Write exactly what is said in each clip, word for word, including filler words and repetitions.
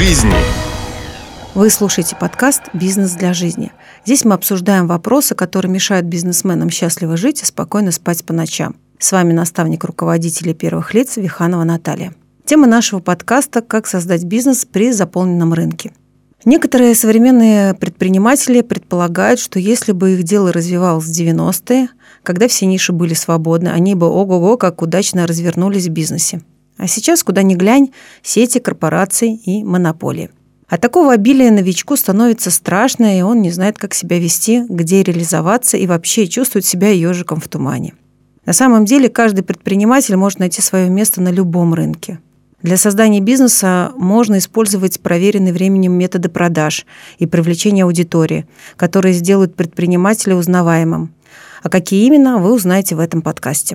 жизни. Вы слушаете подкаст «Бизнес для жизни». Здесь мы обсуждаем вопросы, которые мешают бизнесменам счастливо жить и спокойно спать по ночам. С вами наставник руководителей первых лиц Виханова Наталья. Тема нашего подкаста – «Как создать бизнес при заполненном рынке». Некоторые современные предприниматели предполагают, что если бы их дело развивалось в девяностые, когда все ниши были свободны, они бы ого-го как удачно развернулись в бизнесе. А сейчас, куда ни глянь, сети, корпорации и монополии. От такого обилия новичку становится страшно, и он не знает, как себя вести, где реализоваться и вообще чувствует себя ежиком в тумане. На самом деле, каждый предприниматель может найти свое место на любом рынке. Для создания бизнеса можно использовать проверенные временем методы продаж и привлечения аудитории, которые сделают предпринимателя узнаваемым. А какие именно, вы узнаете в этом подкасте.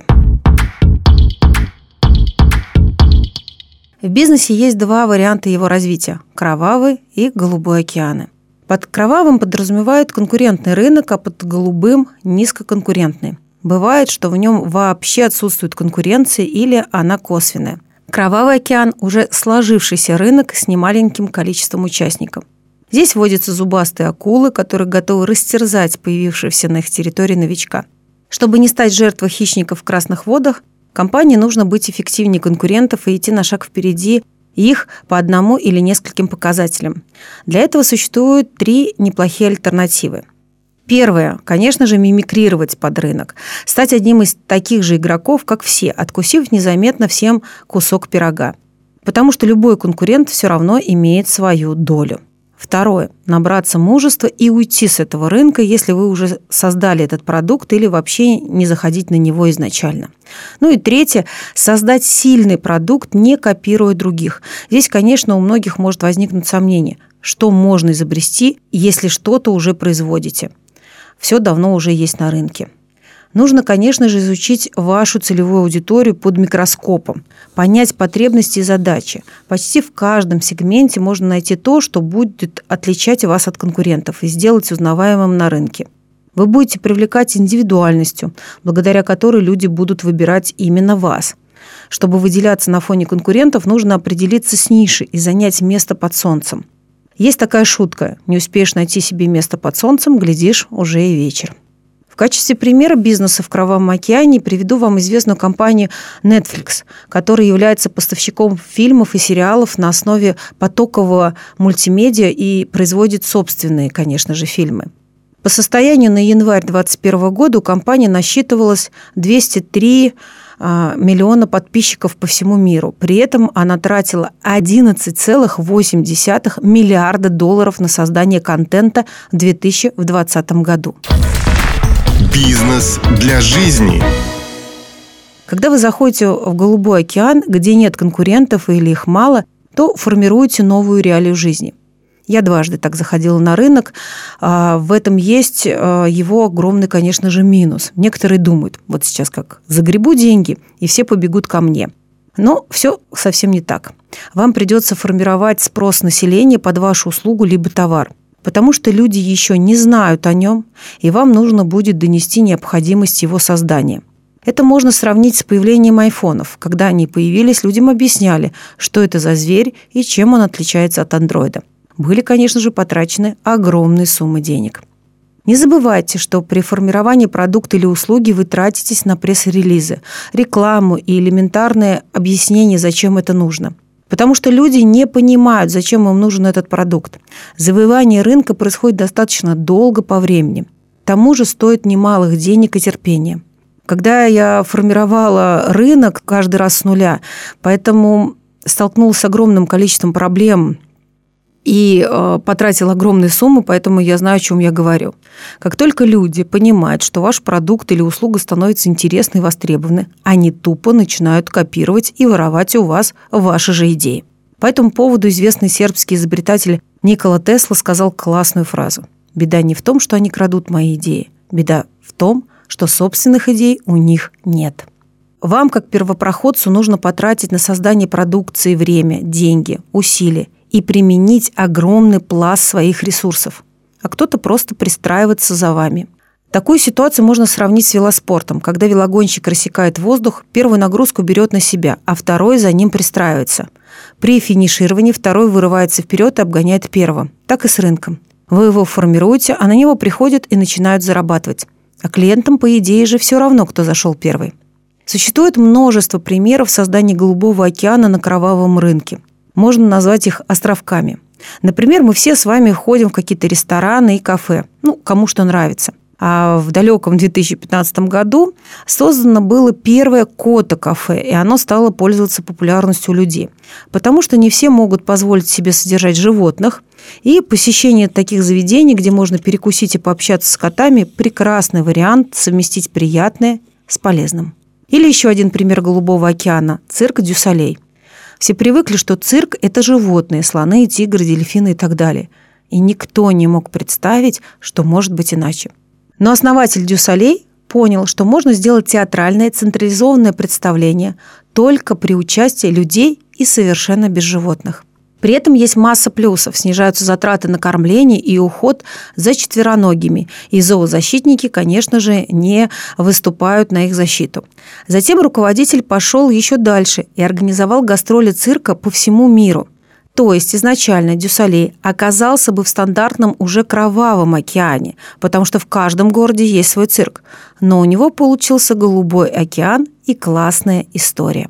В бизнесе есть два варианта его развития – кровавый и голубой океаны. Под кровавым подразумевают конкурентный рынок, а под голубым – низкоконкурентный. Бывает, что в нем вообще отсутствует конкуренция или она косвенная. Кровавый океан – уже сложившийся рынок с немаленьким количеством участников. Здесь водятся зубастые акулы, которые готовы растерзать появившегося на их территории новичка. Чтобы не стать жертвой хищников в красных водах, компании нужно быть эффективнее конкурентов и идти на шаг впереди их по одному или нескольким показателям. Для этого существуют три неплохие альтернативы. Первое, конечно же, мимикрировать под рынок, стать одним из таких же игроков, как все, откусив незаметно всем кусок пирога. Потому что любой конкурент все равно имеет свою долю. Второе, набраться мужества и уйти с этого рынка, если вы уже создали этот продукт или вообще не заходить на него изначально. Ну и третье, создать сильный продукт, не копируя других. Здесь, конечно, у многих может возникнуть сомнение, что можно изобрести, если что-то уже производите. Все давно уже есть на рынке. Нужно, конечно же, изучить вашу целевую аудиторию под микроскопом, понять потребности и задачи. Почти в каждом сегменте можно найти то, что будет отличать вас от конкурентов и сделать узнаваемым на рынке. Вы будете привлекать индивидуальностью, благодаря которой люди будут выбирать именно вас. Чтобы выделяться на фоне конкурентов, нужно определиться с нишей и занять место под солнцем. Есть такая шутка: не успеешь найти себе место под солнцем, глядишь, уже и вечер. В качестве примера бизнеса в Кровавом океане приведу вам известную компанию Netflix, которая является поставщиком фильмов и сериалов на основе потокового мультимедиа и производит собственные, конечно же, фильмы. По состоянию на январь две тысячи двадцать первого года у компании насчитывалось двести три миллиона подписчиков по всему миру. При этом она тратила одиннадцать целых восемь десятых миллиарда долларов на создание контента в две тысячи двадцатом году. Бизнес для жизни. Когда вы заходите в Голубой океан, где нет конкурентов или их мало, то формируете новую реалию жизни. Я дважды так заходила на рынок. В этом есть его огромный, конечно же, минус. Некоторые думают, вот сейчас как загребу деньги, и все побегут ко мне. Но все совсем не так. Вам придется формировать спрос населения под вашу услугу либо товар, потому что люди еще не знают о нем, и вам нужно будет донести необходимость его создания. Это можно сравнить с появлением айфонов. Когда они появились, людям объясняли, что это за зверь и чем он отличается от андроида. Были, конечно же, потрачены огромные суммы денег. Не забывайте, что при формировании продукта или услуги вы тратитесь на пресс-релизы, рекламу и элементарное объяснение, зачем это нужно. Потому что люди не понимают, зачем им нужен этот продукт. Завоевание рынка происходит достаточно долго по времени. К тому же стоит немалых денег и терпения. Когда я формировала рынок каждый раз с нуля, поэтому столкнулась с огромным количеством проблем и э, потратила огромные суммы, поэтому я знаю, о чем я говорю. Как только люди понимают, что ваш продукт или услуга становится интересной и востребованной, они тупо начинают копировать и воровать у вас ваши же идеи. По этому поводу известный сербский изобретатель Никола Тесла сказал классную фразу: «Беда не в том, что они крадут мои идеи. Беда в том, что собственных идей у них нет». Вам, как первопроходцу, нужно потратить на создание продукции время, деньги, усилия и применить огромный пласт своих ресурсов. А кто-то просто пристраивается за вами. Такую ситуацию можно сравнить с велоспортом, когда велогонщик рассекает воздух, первую нагрузку берет на себя, а второй за ним пристраивается. При финишировании второй вырывается вперед и обгоняет первого. Так и с рынком. Вы его формируете, а на него приходят и начинают зарабатывать. А клиентам, по идее же, все равно, кто зашел первый. Существует множество примеров создания голубого океана на кровавом рынке. Можно назвать их островками. Например, мы все с вами ходим в какие-то рестораны и кафе. Ну, кому что нравится. А в далеком две тысячи пятнадцатом году создано было первое кото-кафе, и оно стало пользоваться популярностью у людей. Потому что не все могут позволить себе содержать животных, и посещение таких заведений, где можно перекусить и пообщаться с котами, прекрасный вариант совместить приятное с полезным. Или еще один пример голубого океана – цирк Дю Солей. Все привыкли, что цирк – это животные – слоны, тигры, дельфины и так далее. И никто не мог представить, что может быть иначе. Но основатель Дю Солей понял, что можно сделать театральное централизованное представление только при участии людей и совершенно без животных. При этом есть масса плюсов. Снижаются затраты на кормление и уход за четвероногими. И зоозащитники, конечно же, не выступают на их защиту. Затем руководитель пошел еще дальше и организовал гастроли цирка по всему миру. То есть изначально Дю Солей оказался бы в стандартном уже кровавом океане, потому что в каждом городе есть свой цирк. Но у него получился голубой океан и классная история.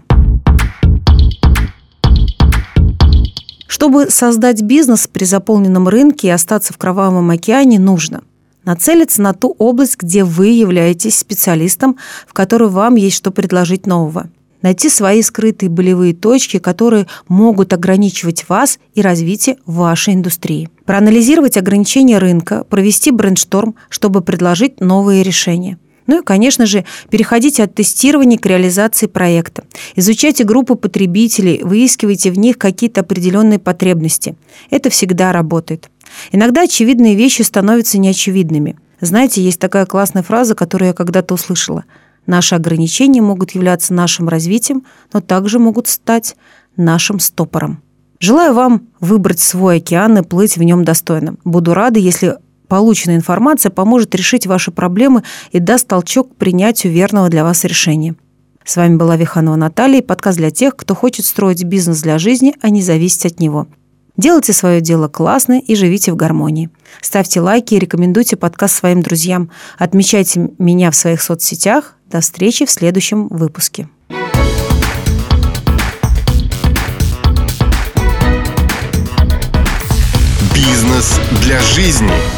Чтобы создать бизнес при заполненном рынке и остаться в кровавом океане, нужно нацелиться на ту область, где вы являетесь специалистом, в которой вам есть что предложить нового. Найти свои скрытые болевые точки, которые могут ограничивать вас и развитие вашей индустрии. Проанализировать ограничения рынка, провести брейншторм, чтобы предложить новые решения. Ну и, конечно же, переходите от тестирования к реализации проекта. Изучайте группы потребителей, выискивайте в них какие-то определенные потребности. Это всегда работает. Иногда очевидные вещи становятся неочевидными. Знаете, есть такая классная фраза, которую я когда-то услышала. Наши ограничения могут являться нашим развитием, но также могут стать нашим стопором. Желаю вам выбрать свой океан и плыть в нем достойно. Буду рада, если полученная информация поможет решить ваши проблемы и даст толчок к принятию верного для вас решения. С вами была Виханова Наталья, и подкаст для тех, кто хочет строить бизнес для жизни, а не зависеть от него. Делайте свое дело классно и живите в гармонии. Ставьте лайки и рекомендуйте подкаст своим друзьям. Отмечайте меня в своих соцсетях. До встречи в следующем выпуске. Бизнес для жизни.